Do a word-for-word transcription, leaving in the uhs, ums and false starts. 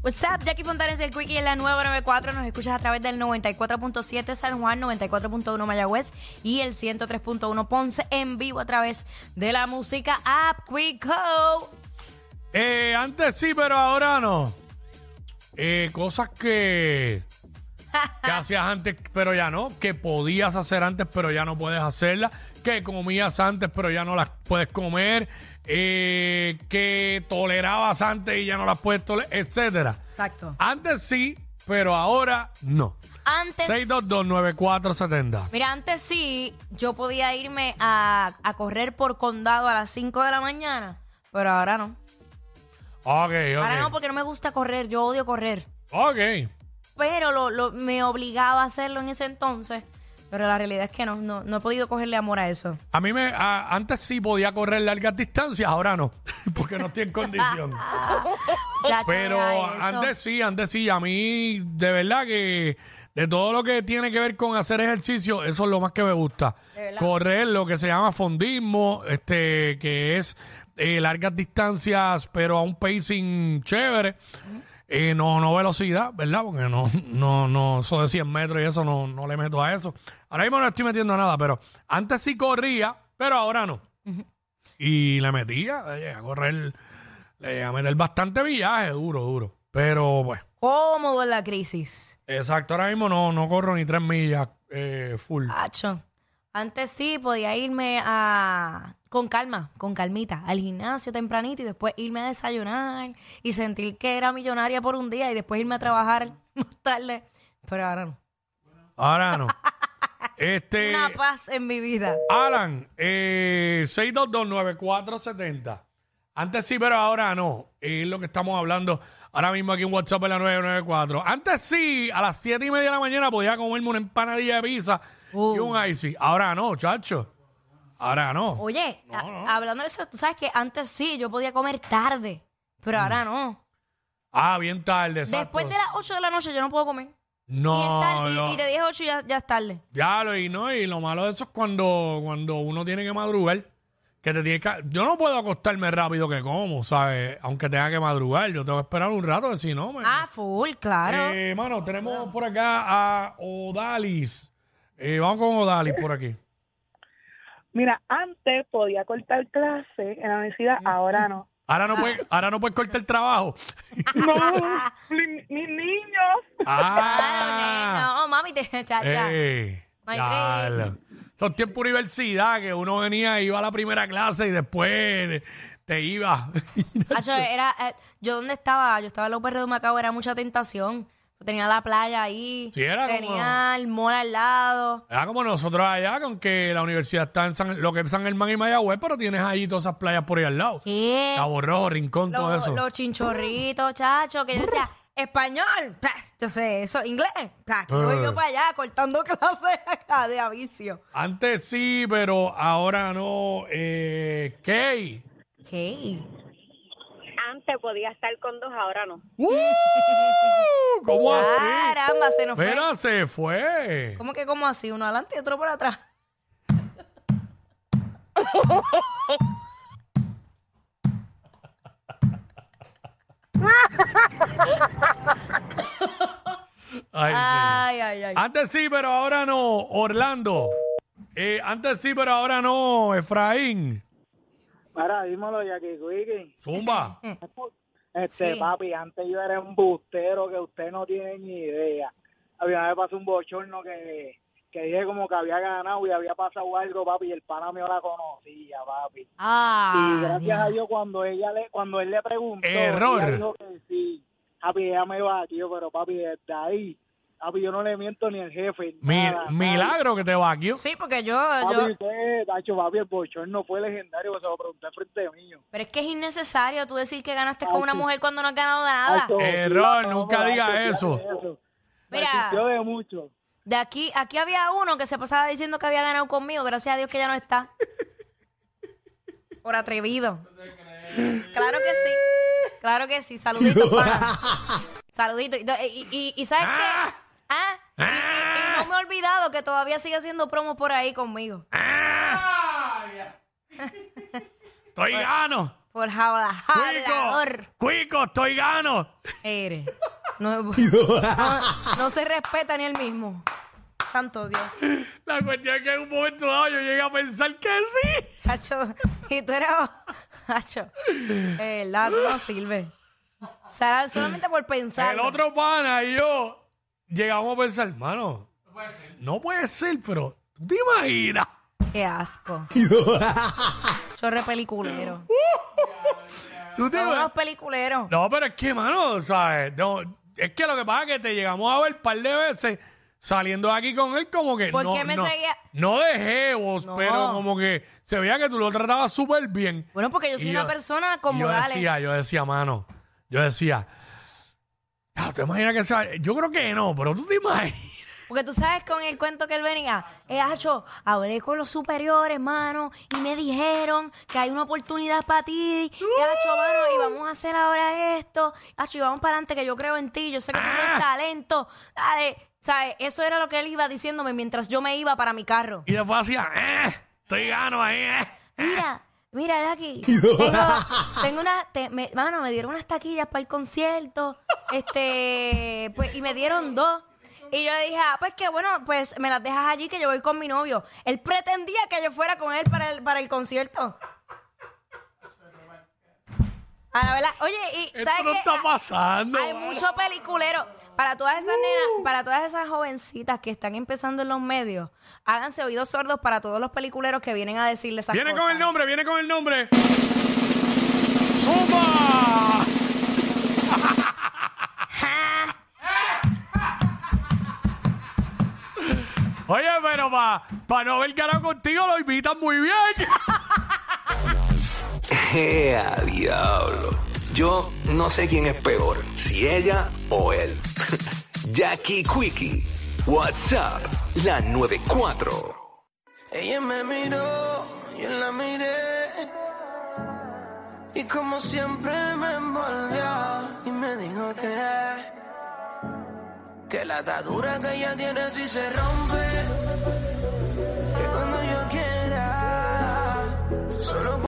What's up, Jackie Fontanes, el Quickie en la nueva noventa y cuatro. Nos escuchas a través del noventa y cuatro punto siete San Juan, noventa y cuatro punto uno Mayagüez y el ciento tres punto uno Ponce en vivo a través de la música app Quico. Eh, antes sí, pero ahora no. Eh, cosas que, que hacías antes, pero ya no. Que podías hacer antes, pero ya no puedes hacerlas. Que comías antes, pero ya no las puedes comer. Eh, que tolerabas antes y ya no las puedes tolerar, etcétera. Exacto. Antes sí, pero ahora no. Antes, seis dos dos, nueve cuatro siete cero. mira, antes sí, yo podía irme a, a correr por condado a las cinco de la mañana, pero ahora no. Ok, ok. Ahora no, porque no me gusta correr, yo odio correr. Ok. Pero lo, lo, me obligaba a hacerlo en ese entonces, pero la realidad es que no, no, no he podido cogerle amor a eso. A mí me, a- antes sí podía correr largas distancias, ahora no, porque no estoy en condición. Chacho, Pero deja eso. antes sí, antes sí, a mí de verdad que de todo lo que tiene que ver con hacer ejercicio, eso es lo más que me gusta. ¿De verdad? Correr, lo que se llama fondismo, este, que es eh, largas distancias, pero a un pacing chévere. Eh, no, no velocidad, ¿verdad? Porque no, no, no, eso de cien metros y eso no, no le meto a eso. Ahora mismo no estoy metiendo nada, pero antes sí corría, pero ahora no. Y le metía, le llegué a correr, le llegué a meter bastante viaje, duro, duro. Pero pues, Cómodo en la crisis. exacto, ahora mismo no, no corro ni tres millas eh, full. Hacho. Antes sí podía irme a con calma, con calmita, al gimnasio tempranito y después irme a desayunar y sentir que era millonaria por un día y después irme a trabajar más tarde. Pero ahora no. Ahora no. este, Una paz en mi vida. Alan, eh, seis dos dos, nueve cuatro siete cero. Antes sí, pero ahora no. Es lo que estamos hablando ahora mismo aquí en WhatsApp en la nueve nueve cuatro. Antes sí, a las siete y media de la mañana podía comerme una empanadilla de pizza Uh. y un icy. Ahora no, chacho. Ahora no. Oye, a- hablando de eso, tú sabes que antes sí yo podía comer tarde, pero ahora no. Ah, bien tarde, exacto. Después de las ocho de la noche yo no puedo comer. y, es No, tarde, y- no. y de diez a ocho ya, ya es tarde. Ya lo y no, y lo malo de eso es cuando, cuando uno tiene que madrugar. Que te tiene que, yo no puedo acostarme rápido que como, ¿sabes? Aunque tenga que madrugar, yo tengo que esperar un rato, que si no, me. Ah, full, claro. Eh, mano, tenemos por acá a Odalis. Eh, vamos con Odalis por aquí. Mira, antes podía cortar clase en la universidad, ahora no. Ahora no puedes, ahora no puedes cortar el trabajo. No, mi- mis niños. Ah, No, mami, te chacha. eh, My diablo. Son tiempos de universidad que uno venía, iba a la primera clase y después te iba. Hacho, era, eh, yo donde estaba, yo estaba en la U P R de Macao, era mucha tentación. Tenía la playa ahí, Sí, era tenía el mall al lado. Era como nosotros allá, que aunque la universidad está en San, lo que es San Germán y Mayagüez, pero tienes ahí todas esas playas por ahí al lado. ¿Qué? Cabo Rojo, Rincón, todo Los, eso. los chinchorritos, chacho, que yo decía, español, pa, yo sé eso, inglés, pa, que voy yo Eh. para allá cortando clases acá de avicio. Antes sí, pero ahora no. Eh, ¿Qué? ¿Qué? Antes podía estar con dos, ahora no. ¡Uh! ¿Cómo así? Caramba, se nos fue. Mira, se fue. ¿Cómo que cómo así? Uno adelante y otro por atrás. Ay, Ay, ay, ay. sí. Antes sí, pero ahora no. Orlando. Eh, antes sí, pero ahora no. Efraín. Mira, dímelo, Jackie Quickie. Zumba. Este, Sí. papi, antes yo era un bustero que usted no tiene ni idea. A mí me pasó un bochorno que, que dije como que había ganado y había pasado algo, papi, y el pana mío la conocía, papi. Ah, Y gracias ya. a Dios cuando ella le, cuando él le preguntó, Error. ella dijo que sí. Papi, ella me batió, pero papi, desde ahí, papi, yo no le miento ni al jefe. Mi- nada, milagro que te vaqueó. Sí, porque yo, Papi, yo, usted, Tacho, papi, el bochorno fue legendario, se lo pregunté frente mío. pero es que es innecesario tú decir que ganaste con Ay, una sí. mujer cuando no has ganado nada. Tacho, Error, no, nunca no, diga Tacho, eso. fíjate eso. Me Mira. asistió de mucho. De aquí, aquí había uno que se pasaba diciendo que había ganado conmigo, gracias a Dios que ya no está. Por atrevido. Claro que sí. Claro que sí. Saluditos, pana. Saluditos. Y, y, y- y ¿sabes qué? Ah, y, y- y no me he olvidado que todavía sigue haciendo promos por ahí conmigo. Estoy gano. Por habla, hablador. Cuico, Cuico, estoy gano. Eres. No, no, no se respeta ni él mismo. Santo Dios. La cuestión es que en un momento dado yo llegué a pensar que sí. Hacho, y tú eres... Hacho, eh, verdad, tú no sirve. O sea, solamente por pensar. El otro pana y yo llegamos a pensar, hermano, no puede ser, pero ¿tú te imaginas? Qué asco. Chorre peliculero. ¿Tú te Son imaginas? unos peliculeros. No, pero es que, mano, ¿sabes? No, es que lo que pasa es que te llegamos a ver un par de veces saliendo de aquí con él como que ¿Por no, qué me no, seguía? no de jevos, No. pero como que se veía que tú lo tratabas súper bien. Bueno, porque yo soy Y una persona con y yo modales. decía, yo decía, mano, yo decía, "Ah, ¿te imaginas que sea? Yo creo que no, pero tú te imaginas. Porque tú sabes con el cuento que él venía, eh, Hacho, hablé con los superiores, mano, y me dijeron que hay una oportunidad para ti. Y Hacho, mano, y vamos a hacer ahora esto. Hacho, y vamos para adelante, que yo creo en ti, yo sé que tú tienes Ah. talento. Dale, ¿sabes? Eso era lo que él iba diciéndome mientras yo me iba para mi carro. Y después hacía, eh, estoy gano ahí, eh. Mira, mira, Jackie, tengo, tengo una, te- me, mano, me dieron unas taquillas para el concierto, este, pues, y me dieron dos. Y yo le dije, ah, pues que bueno, pues me las dejas allí que yo voy con mi novio. Él pretendía que yo fuera con él para el, para el concierto. A la verdad, oye, y Esto ¿sabes no qué? está pasando. Hay mano. mucho peliculero. Para todas esas nenas, para todas esas jovencitas que están empezando en los medios, háganse oídos sordos para todos los peliculeros que vienen a decirles esas Viene cosas. con el nombre, viene con el nombre. ¡Zumba! Oye, pero para pa no ver cara contigo lo invitan muy bien. ¡Ea, diablo! Yo no sé quién es peor, si ella o él. Jackie Quickie, WhatsApp, la noventa y cuatro. Ella me miró, yo la miré. Y como siempre me envolvió y me dijo que Que la atadura que ella tiene si se rompe, que cuando yo quiera, solo